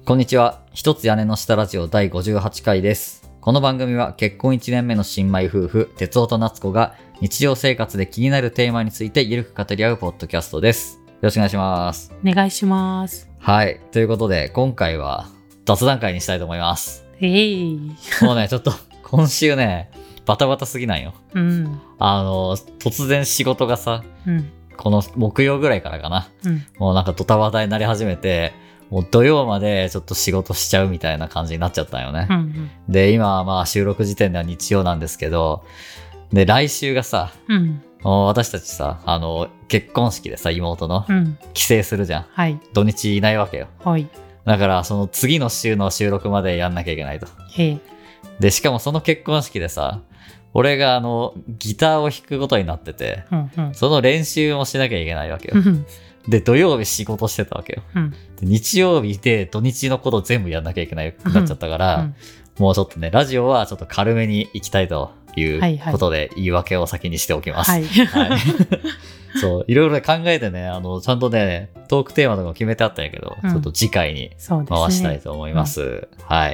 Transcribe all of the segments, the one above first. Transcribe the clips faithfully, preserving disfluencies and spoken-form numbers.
こんにちは。一つ屋根の下ラジオだいごじゅうはちかいです。この番組は結婚いちねんめの新米夫婦、哲夫と夏子が日常生活で気になるテーマについてゆるく語り合うポッドキャストです。よろしくお願いします。 お願いします。 はい。ということで、今回は雑談会にしたいと思います。 えい。 もうね、ちょっと今週ね、バタバタすぎないよ。 うん。 あの、突然仕事がさ、 うん。 この木曜ぐらいからかな。 うん。 もうなんかドタバタになり始めて、もう土曜までちょっと仕事しちゃうみたいな感じになっちゃったよね。 うんうん、 で、今はまあ収録時点では日曜なんですけど、で、来週がさ、 うん、 私たちさ、あの、結婚式でさ、妹の、 うん、 帰省するじゃん。 はい。 土日いないわけよ。 はい。 だから、その次の週の収録までやんなきゃいけないと。 へえ。 で、しかもその結婚式でさ、俺があの、ギターを弾くことになってて、 うんうん、 その練習もしなきゃいけないわけよ。 うんで、土曜日仕事してたわけよ。 うん、 で日曜日で土日のこと全部やんなきゃいけないくなっちゃったから、うんうん、もうちょっとね、ラジオはちょっと軽めに行きたいということで言い訳を先にしておきます。はい。はい、そう、いろいろ考えてね、あの、ちゃんとね、トークテーマとかも決めてあったんやけど、うん、ちょっと次回に回したいと思います。うん、はい。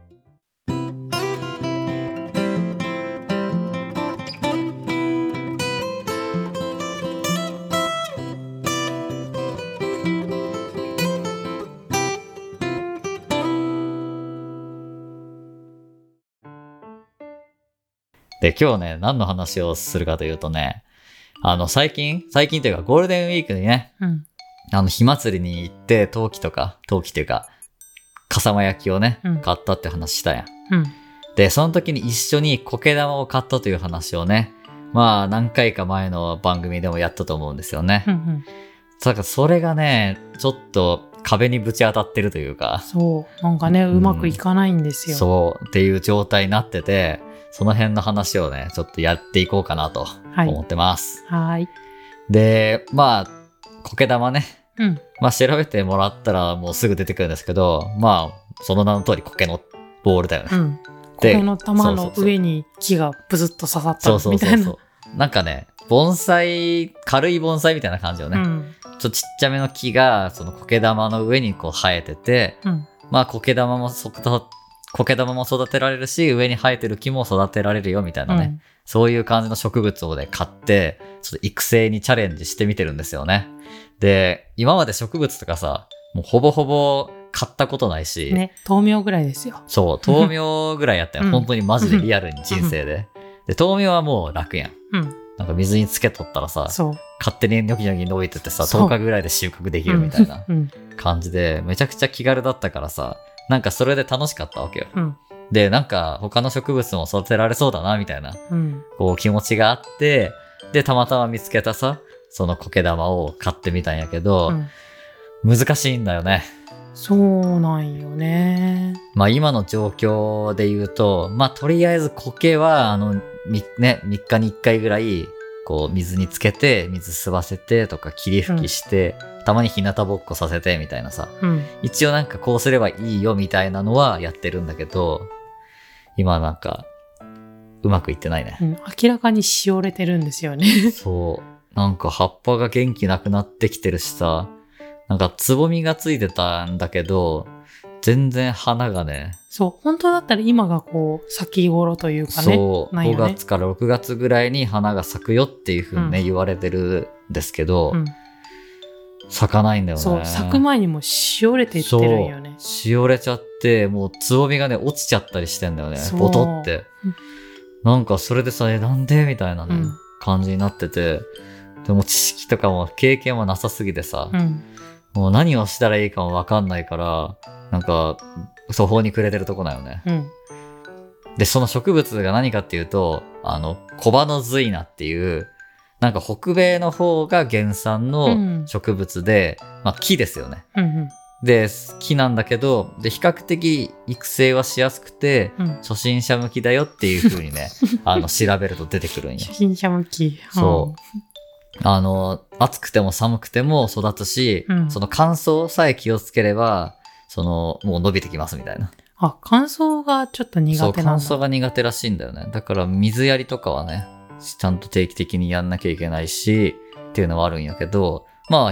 で、今日ね、何の話をするかというとね、あの、最近、最近というかゴールデンウィークにね、うん、あの、火祭りに行って、陶器とか、陶器というか、笠間焼きをね、うん、買ったって話したやん。うん、で、その時に一緒に苔玉を買ったという話をね、まあ、何回か前の番組でもやったと思うんですよね。うんうん、だからそれがね、ちょっと壁にぶち当たってるというか。 そう。なんかね、うまくいかないんですよ。 そう。っていう状態になってて、その辺の話をね、ちょっとやっていこうかなと思ってます。 はい。はいで、まあ、苔玉ね。 うん。 まあ、調べてもらったらもうすぐ出てくるんですけど、まあ、その名の通り苔のボールだよね。 うん。苔の玉の上に木がブズッと刺さったみたいな。そうそうそうそう。 なんかね、盆栽、軽い盆栽みたいな感じよね。うん、ちょっとちっちゃめの木が、その苔玉の上にこう生えてて、うん、まあ苔玉もそこ苔玉も育てられるし、上に生えてる木も育てられるよみたいなね、うん、そういう感じの植物をね、買って、ちょっと育成にチャレンジしてみてるんですよね。で、今まで植物とかさ、もうほぼほぼ買ったことないし。 ね、豆苗ぐらいですよ。 そう、豆苗ぐらいやったよ。うん、本当にマジでリアルに人生で。で、豆苗はもう楽やん。うん、なんか水につけとったらさ、勝手にニョキニョキ伸びててさ、とおかぐらいで収穫できるみたいな感じで、めちゃくちゃ気軽だったからさ、なんかそれで楽しかったわけよ。うん、で、なんか他の植物も育てられそうだな、みたいな、うん、こう気持ちがあって、で、たまたま見つけたさ、その苔玉を買ってみたんやけど、うん、難しいんだよね。 そうなんよね。 まあ今の状況で言うと、まあとりあえず苔は、あの、み、ね、みっかにいっかいぐらい、こう水につけて、水吸わせてとか霧吹きして、うん、たまに日向ぼっこさせてみたいなさ、うん、一応なんかこうすればいいよみたいなのはやってるんだけど、今なんかうまくいってないね。 うん、明らかにしおれてるんですよね。 そう。なんか葉っぱが元気なくなってきてるしさ、なんかつぼみがついてたんだけど、全然花がね。 そう。本当だったら今がこう、咲き頃というかね。 そう。ね、ごがつからろくがつぐらいに花が咲くよっていう風にね、うん、言われてるんですけど、うん、咲かないんだよね。 そう。咲く前にもうしおれていってるんよね。 しおれちゃって、もうつぼみがね、落ちちゃったりしてんだよね。ボトって。なんかそれでさ、え、なんでみたいなね、うん、感じになってて、でも知識とかも経験もなさすぎてさ、うん、もう何をしたらいいかもわかんないから、なんか、途方に暮れてるとこだよね。うん、で、その植物が何かっていうと、あの、コバノズイナっていう、なんか北米の方が原産の植物で、うん、まあ木ですよね。うんうん、で、木なんだけど、で、比較的育成はしやすくて、うん、初心者向きだよっていう風にね、あの、調べると出てくるんよ。 初心者向き。 そう。あの、暑くても寒くても育つし、うん、その乾燥さえ気をつければ、その、もう伸びてきますみたいな。 あ、乾燥がちょっと苦手なんだ。 そう、乾燥が苦手らしいんだよね。だから水やりとかはね、ちゃんと定期的にやんなきゃいけないし、っていうのはあるんやけど、まあ、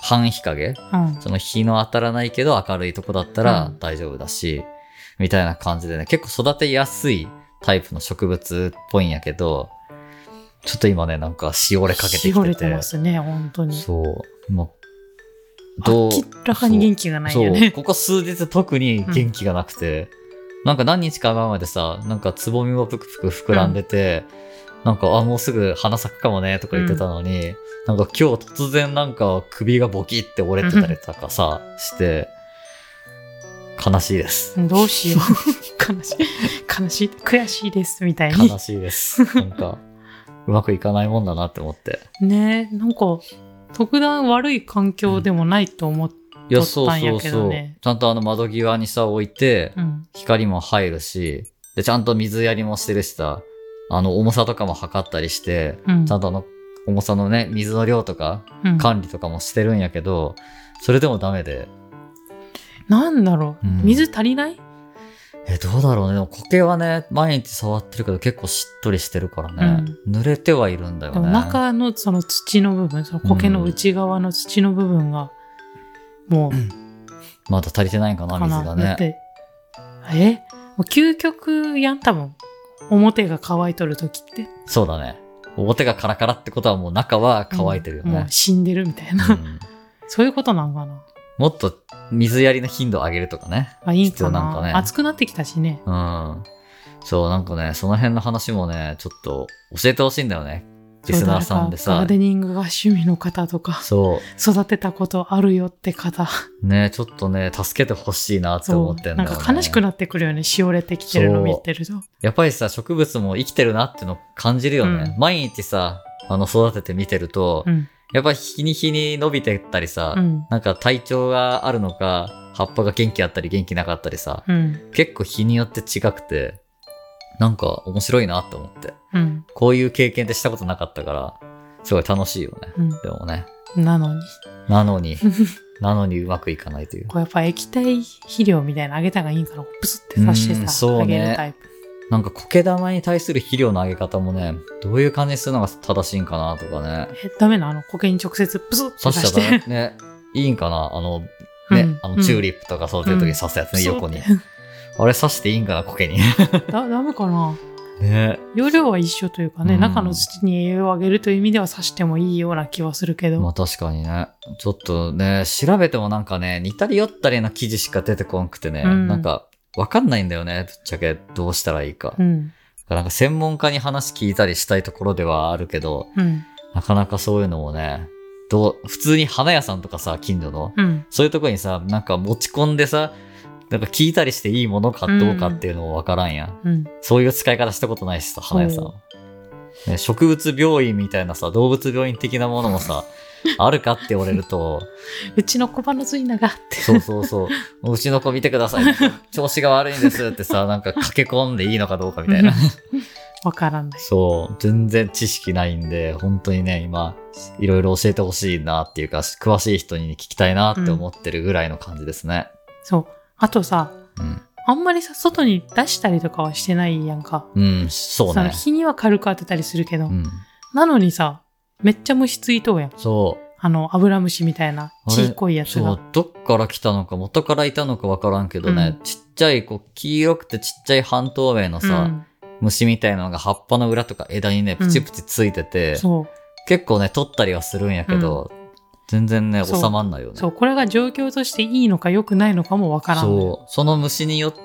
半日陰、 うん、 その日の当たらないけど明るいとこだったら大丈夫だし、うん、みたいな感じでね、結構育てやすいタイプの植物っぽいんやけど、ちょっと今ね、なんかしおれかけてきてて。しおれてますね、本当に。 そう。今どう明らかに元気がないよね。 そう。ここ数日特に元気がなくて、うん、なんか何日か前までさ、なんかつぼみもぷくぷく膨らんでて、うん、なんか、あ、もうすぐ花咲くかもね、とか言ってたのに、うん、なんか今日突然なんか首がボキって折れてたりとかさ、うん、して、悲しいです。 どうしよう。悲しい。悲しい。悔しいです、みたいに。 悲しいです。なんか、うまくいかないもんだなって思って。 ねえ、なんか、特段悪い環境でもないと思っとったんやけどね。いや、そうそうそう。 ちゃんとあの窓際にさ、置いて、うん、光も入るし、で、ちゃんと水やりもしてるしさ、あの、重さとかも測ったりして、うん、ちゃんとあの、重さのね、水の量とか、管理とかもしてるんやけど、うん、それでもダメで。 なんだろう、うん、水足りない？ え、どうだろうね。でも苔はね、毎日触ってるけど結構しっとりしてるからね、うん、濡れてはいるんだよね。 でも中のその土の部分、その苔の内側の土の部分が、もう、うん、 まだ足りてないんかな、水がね。 え？もう究極やん、多分。表が乾いとる時って。 そうだね。表がカラカラってことはもう中は乾いてるよね。 うん、もう死んでるみたいな。うん、そういうことなんかな。 もっと水やりの頻度を上げるとかね。 あ、いいかな。なんかね。暑くなってきたしね。 うん。そう、なんかね、その辺の話もね、ちょっと教えてほしいんだよね。リスナーさんでさ。 ガーデニングが趣味の方とか。 そう。 育てたことあるよって方。 ね、ちょっとね、助けてほしいなって思ってんだよね。 なんか悲しくなってくるよね。しおれてきてるの見てると。 やっぱりさ、植物も生きてるなっての感じるよね。うん、毎日さ、あの、育てて見てると、うん、やっぱ日に日に伸びてったりさ、うん、なんか体調があるのか、葉っぱが元気あったり元気なかったりさ、うん、結構日によって違くて、なんか面白いなって思って、うん、こういう経験ってしたことなかったから、すごい楽しいよね。うん、でもね。 なのに。 なのに。なのにうまくいかないという。 これやっぱ液体肥料みたいなのあげた方がいいんかな。プスって刺してさ、 そうね、 あげるタイプ。 なんか苔玉に対する肥料のあげ方もね、どういう感じにするのが正しいんかなとかね。 え、ダメなの？苔に直接プスって刺して。 刺しちゃダメね。いいんかな、あの、ね、うん、あのチューリップとか育てるときに刺すやつね、うん、横に。あれ刺していいんかな、苔に。 だ、ダメかな。 ね、 容量は一緒というかね、うん、中の土に栄養をあげるという意味では刺してもいいような気はするけど。 まあ確かにね。ちょっとね、調べてもなんかね、似たり寄ったりな記事しか出てこんくてね、うん、なんかわかんないんだよね、ぶっちゃけどうしたらいいか。うん、なんか専門家に話聞いたりしたいところではあるけど、うん、なかなかそういうのもね、どう、普通に花屋さんとかさ、近所の、うん、そういうとこにさ、なんか持ち込んでさ、なんか聞いたりしていいものかどうかっていうのもわからんや、うん。そういう使い方したことないしさ、花屋さん。ね、植物病院みたいなさ、動物病院的なものもさ、あるかって言われると。 うちの小鼻ついながって。 そうそうそう。うちの子見てください。調子が悪いんですってさ、なんか駆け込んでいいのかどうかみたいな。 わからない。 そう。全然知識ないんで、本当にね、今、いろいろ教えてほしいなっていうか、詳しい人に聞きたいなって思ってるぐらいの感じですね。 うん、そう。あとさ、うん、あんまりさ、外に出したりとかはしてないやんか。 うん、そうね。その日には軽く当てたりするけど、うん、なのにさ、めっちゃ虫ついとうやん。 そう。 あの、アブラムシみたいな、ちっこいやつが。そう、 どっから来たのか、元からいたのかわからんけどね、うん、ちっちゃい、こう、黄色くてちっちゃい半透明のさ、うん、虫みたいなのが葉っぱの裏とか枝にね、プチプチついてて、うん、そう結構ね、取ったりはするんやけど、うん全然ね、収まんないよね。 そう、これが状況としていいのか良くないのかもわからん、ね。 そう、その虫によって、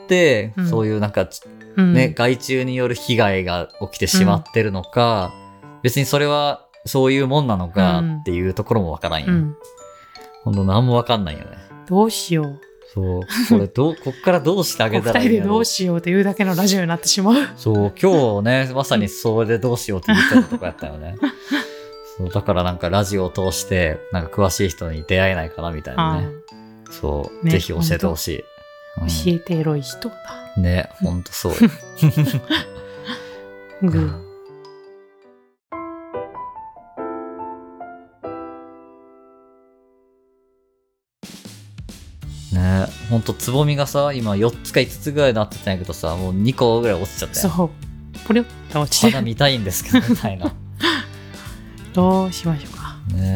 うん、そういうなんか、うん、ね、害虫による被害が起きてしまってるのか、うん、別にそれはそういうもんなのかっていうところもわからんよ。うん、ほんと何もわかんないよね。 どうしよう。 そう、これどう、こっからどうしてあげたらいいの？ 二人でどうしようというだけのラジオになってしまう。 そう、今日ね、まさにそれでどうしようって言ってたとこやったよね。そうだからなんかラジオを通してなんか詳しい人に出会えないかなみたいなね。そう、ね、ぜひ教えてほしい。 うん、教えてエロい人だ。 ね、ほんとそうよ。 グー。 ね、ほんとつぼみがさ、今よっつかいつつぐらいになってたんやけどさ、もうにこぐらい落ちちゃったよ。 そう。ポリョッと落ちて。 まだ見たいんですけどみたいな。 どうしましょうか。 ね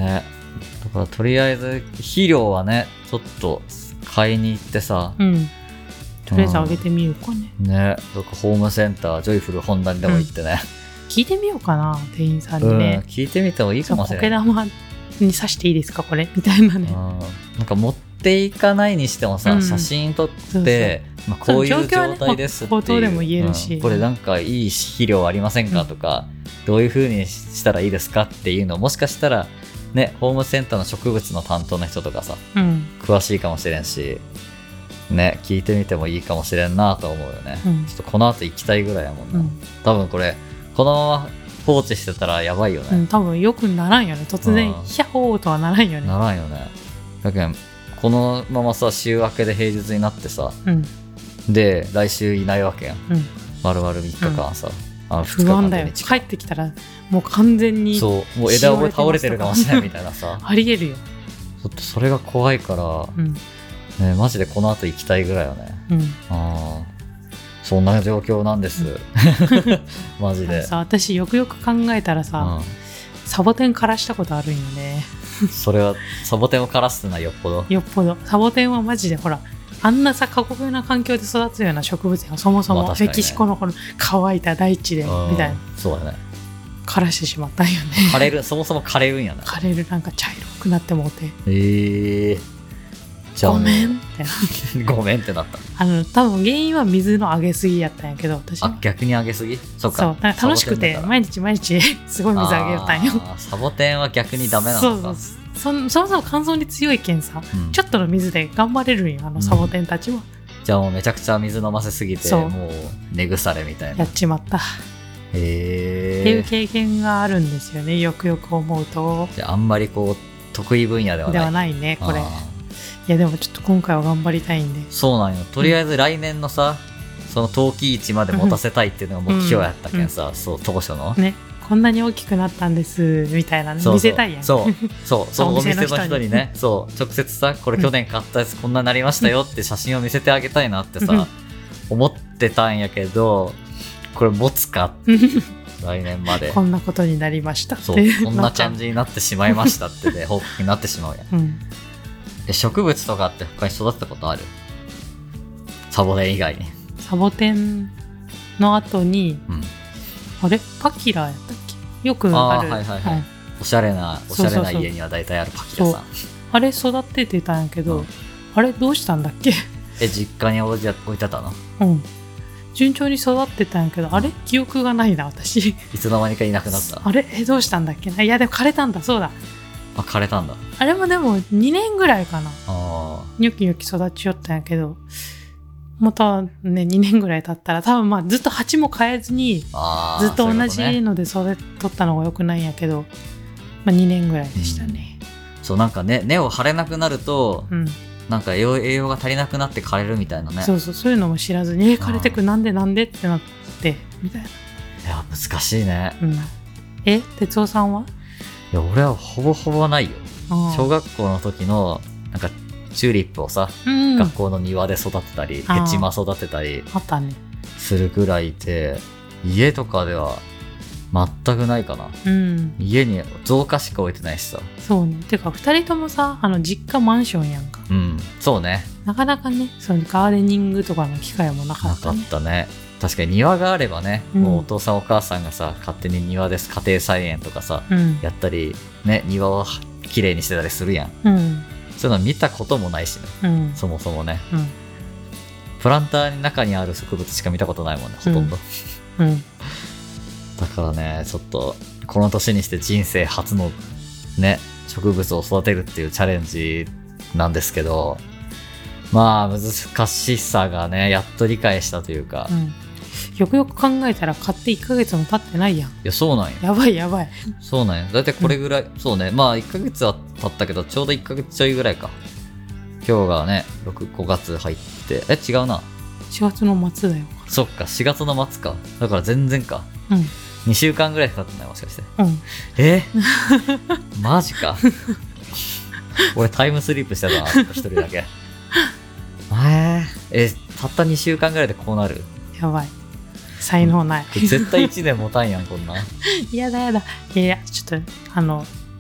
だからとりあえず肥料はねちょっと買いに行ってさ、 うんとりあえずあげてみようかね、 うん、ねどっかホームセンタージョイフルホンダにでも行ってね、 うん、聞いてみようかな店員さんにね、 うん、聞いてみてもいいかもしれない。 苔玉に刺していいですかこれみたいなね、 うん、なんか持っていかないにしてもさ、うん、写真撮ってそうそう、まあ、こういう状態ですっていう、 口頭でも言えるし、 うん、これなんかいい肥料ありませんかとか、うん、どういう風にしたらいいですかっていうのをもしかしたらねホームセンターの植物の担当の人とかさ、うん、詳しいかもしれんしね聞いてみてもいいかもしれんなと思うよね、うん、ちょっとこの後行きたいぐらいやもんな、うん、多分これこのまま放置してたらやばいよね、 うん、多分よくならんよね突然ヒャホーとはならんよねならんよね。だけどこのままさ週明けで平日になってさ、うん、で来週いないわけやん、うん、丸々みっかかんさ、うん、あのふつかかん不安だよ帰ってきたらもう完全にそうもう枝を倒れてるかもしれないみたいなさありえるよちょっとそれが怖いから、うんね、マジでこの後行きたいぐらいよね、うん、あそんな状況なんです、うん、マジでさ私よくよく考えたらさ、うん、サボテン枯らしたことあるんよねそれはサボテンを枯らすのはよっぽどよっぽどサボテンはマジでほらあんなさ過酷な環境で育つような植物やそもそも、まあね、メキシコのこの乾いた大地でみたいなそうだね枯らしてしまったんよね枯れるそもそも枯れるんやな枯れるなんか茶色くなってもうてえー、じゃあごめんってごめんってなったあの多分原因は水のあげすぎやったんやけど私あ逆にあげすぎそうかそうなんか楽しくて毎日毎日すごい水あげたんよサボテンは逆にダメなのかそうそうそ, そもそも乾燥に強いけんさ、うん、ちょっとの水で頑張れるんよあのサボテンたちは、うん、 じゃあもうめちゃくちゃ水飲ませすぎてもう根腐れみたいなやっちまったへーっていう経験があるんですよねよくよく思うとじゃああんまりこう得意分野ではないではないねこれいやでもちょっと今回は頑張りたいんでそうなんよとりあえず来年のさ、うん、その陶器市まで持たせたいっていうのが目標やったけんさ、うん、そう当初のねこんなに大きくなったんですみたいな、ね、見せたいやんそうそうそうお店の人にねそう直接さこれ去年買ったやつこんなになりましたよって写真を見せてあげたいなってさ思ってたんやけどこれ持つか来年までこんなことになりましたそうこんな感じになってしまいましたってね報告になってしまうやん、うん、え植物とかって他に育てたことあるサボテン以外にサボテンの後に、うん、あれパキラやったっけよくあるあ、 はいはいはいはい、おしゃれなおしゃれな家には大体あるパキラさんあれ育ててたんやけど、うん、あれどうしたんだっけえ実家に置いてたのうん順調に育ってたんやけど、うん、あれ記憶がないな私いつの間にかいなくなったあれえどうしたんだっけないやでも枯れたんだそうだあ枯れたんだあれもでもにねんぐらいかなあニョキニョキ育ちよったんやけどまたねにねんぐらい経ったら多分まあずっと鉢も変えずにずっと同じので育てとったのが良くないんやけどまあにねんぐらいでしたね、 うん、そうなんかね根を張れなくなると、うん、なんか栄養、栄養が足りなくなって枯れるみたいなねそうそうそういうのも知らずにえ枯れてくなんでなんでってなってみたいないや難しいね、 うん、え哲夫さんはいや俺はほぼほぼないよ小学校の時のなんかチューリップをさ、うん、学校の庭で育てたりヘチマ育てたりするぐらいで、ね、家とかでは全くないかな、うん、家に造花しか置いてないしさそうねてかふたりともさあの実家マンションやんかうんそうねなかなかねそのガーデニングとかの機会もなかったねなかったね確かに庭があればね、うん、もうお父さんお母さんがさ勝手に庭です家庭菜園とかさ、うん、やったりね庭をきれいにしてたりするやん、うん、そういうの見たこともないしね、うん、そもそもね、うん、プランターの中にある植物しか見たことないもんねほとんど、うんうん、だからねちょっとこの年にして人生初のね植物を育てるっていうチャレンジなんですけどまあ難しさがねやっと理解したというか、うん、 よくよく考えたら買っていっかげつも経ってないやんいやそうなんややばいやばいそうなんやだいたいこれぐらい、うん、そうねまあいっかげつは経ったけどちょうどいっかげつちょいぐらいか今日がねろく、ごがつ入ってえ違うなしがつの末だよそっかしがつの末かだから全然かうんにしゅうかんぐらい経ってないもしかしてうんえマジか俺タイムスリップしてたな一人だけええたったにしゅうかんぐらいでこうなるやばい才能ない絶対いちねん持たんやんこんなやだやだいやちょっとあの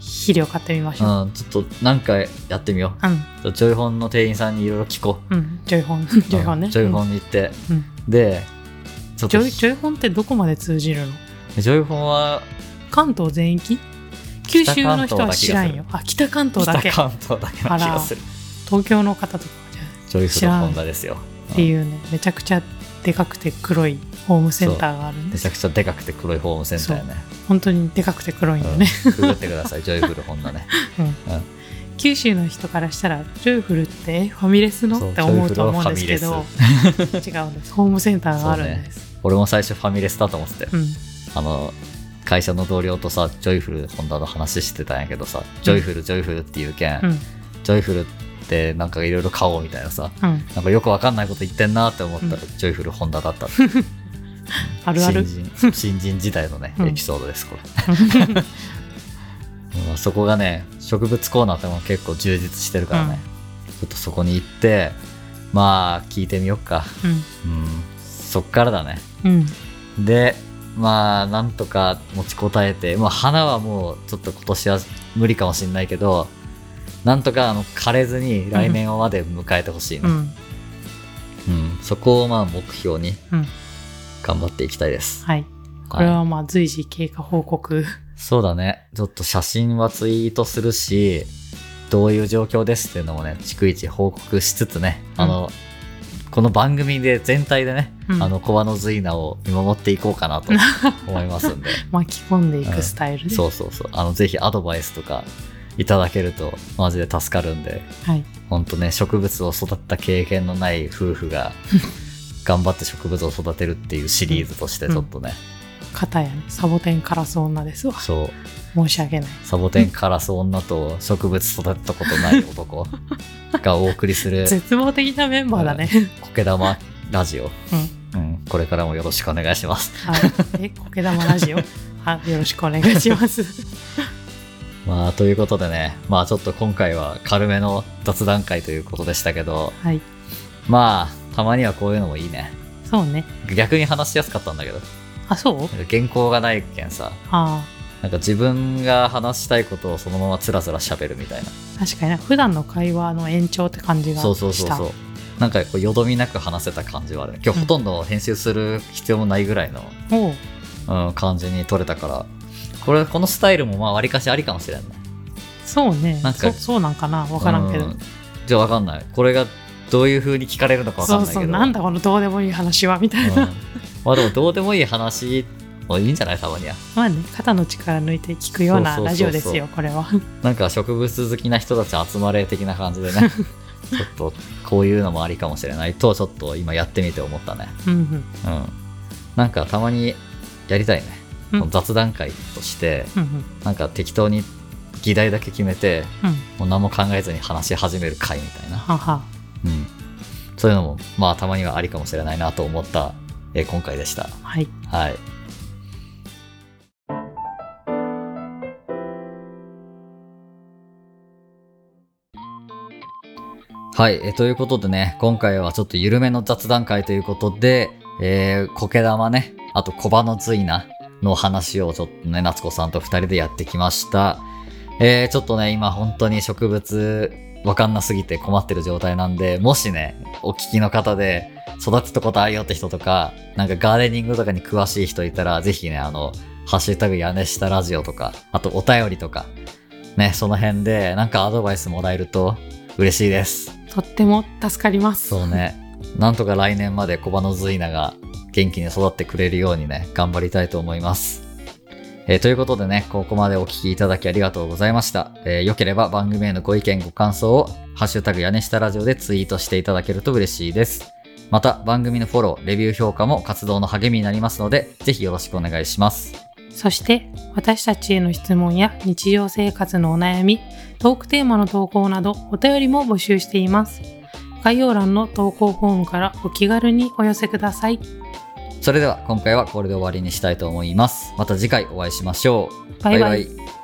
肥料買ってみましょう。 うん、ちょっと何かやってみよう。うん、ジョイホンの店員さんにいろいろ聞こう。うん、ジョイホン、ジョイホンね。 ジョイホンに行って、 うん、 で、 ちょっとジョイ、ジョイホンってどこまで通じるの？ ジョイホンは関東全域？九州の人は知らんよ。あ、北関東だけ。 北関東だけの気がする。 東京の方とかジョイフルホンダですよ。 っていうね、めちゃくちゃでかくて黒いホームセンターがあるんです。 めちゃくちゃでかくて黒いホームセンターやね。 本当にでかくて黒いんよね。 ググってください、ジョイフルホンダね。 うんうん、九州の人からしたらジョイフルってファミレスのって思うと思うんですけど、違うんです。ホームセンターがあるんです。 ね、俺も最初ファミレスだと思ってたよ。 うん、 あの会社の同僚とさ、ジョイフルホンダの話してたんやけどさ、ジョイフルジョイフルっていうけん、うん、ジョイフルってなんかいろいろ買おうみたいなさ、うん、なんかよくわかんないこと言ってんなって思ったら、うん、ジョイフルホンダだった。 あるある新人新人時代のね、うん、エピソードですこれ。そこがね、植物コーナーっても結構充実してるからね、うん、ちょっとそこに行ってまあ聞いてみよっか、うんうん、そっからだね、うん、でまあなんとか持ちこたえて、まあ、花はもうちょっと今年は無理かもしれないけど、なんとかあの枯れずに来年まで迎えてほしいね、うんうん、そこをまあ目標に頑張っていきたいです、 うん、はいこれはまあ随時経過報告、はい、 そうだね、ちょっと写真はツイートするし、どういう状況ですっていうのもね逐一報告しつつね、うん、あのこの番組で全体でね、うん、あのコバのズイナを見守っていこうかなと思いますんで巻き込んでいくスタイルで、うん、 そうそうそう、あのぜひアドバイスとかいただけるとマジで助かるんで、はい、ほんとね植物を育った経験のない夫婦が頑張って植物を育てるっていうシリーズとしてちょっとね、 うん、片やねサボテンカラス女ですわ。 そう申し訳ない。 サボテンカラス女と植物育てたことない男がお送りする絶望的なメンバーだね。 苔玉ラジオ、うんうん、これからもよろしくお願いします。 はい、え苔玉ラジオあよろしくお願いします。 まあということでね、まあちょっと今回は軽めの雑談会ということでしたけど、はい、まあたまにはこういうのもいいね。 そうね。 逆に話しやすかったんだけど。 あ、そう？ 原稿がないけんさ。ああ。なんか自分が話したいことをそのままつらつら喋るみたいな。 確かに普段の会話の延長って感じがした。 そうそうそうそう。なんかこうよどみなく話せた感じはある。今日ほとんど編集する必要もないぐらいの、うんうん、感じに撮れたから、これこのスタイルもまあ割かしありかもしれんね。 そうね。なんか そ, そうなんかな分からんけど。うん、 じゃあ分かんない。これがどういう風に聞かれるのか分かんないけど。 そうそう、なんだこのどうでもいい話はみたいな。うん、 まあでもどうでもいい話もいいんじゃないたまには。 まあね、肩の力抜いて聞くようなラジオですよ、これは。 なんか植物好きな人たち集まれ的な感じでね、ちょっとこういうのもありかもしれないとちょっと今やってみて思ったね。うん、うんうん、なんかたまにやりたいね、うん、雑談会として、うんうん、なんか適当に議題だけ決めて、うん、もう何も考えずに話し始める会みたいな、はは、うん、そういうのもまあたまにはありかもしれないなと思った、えー、今回でした。はい、はい。はい、えー、ということでね、今回はちょっと緩めの雑談会ということで、えー、苔玉ね、あとコバのズイナの話をちょっとね、夏子さんと二人でやってきました。えー、ちょっとね、今本当に植物わかんなすぎて困ってる状態なんで、もしね、お聞きの方で育てたことあるよって人とか、なんかガーデニングとかに詳しい人いたら、ぜひね、あの、ハッシュタグ屋根下ラジオとか、あとお便りとか、ね、その辺でなんかアドバイスもらえると嬉しいです。 とっても助かります。 そうね。なんとか来年までコバのズイナが元気に育ってくれるようにね、頑張りたいと思います。えー、ということでね、ここまでお聞きいただきありがとうございました。えー、よければ番組へのご意見ご感想をハッシュタグ屋根下ラジオでツイートしていただけると嬉しいです。また番組のフォロー、レビュー評価も活動の励みになりますので、ぜひよろしくお願いします。 そして私たちへの質問や日常生活のお悩み、トークテーマの投稿などお便りも募集しています。概要欄の投稿フォームからお気軽にお寄せください。 それでは今回はこれで終わりにしたいと思います。また次回お会いしましょう。バイバイ。バイバイ。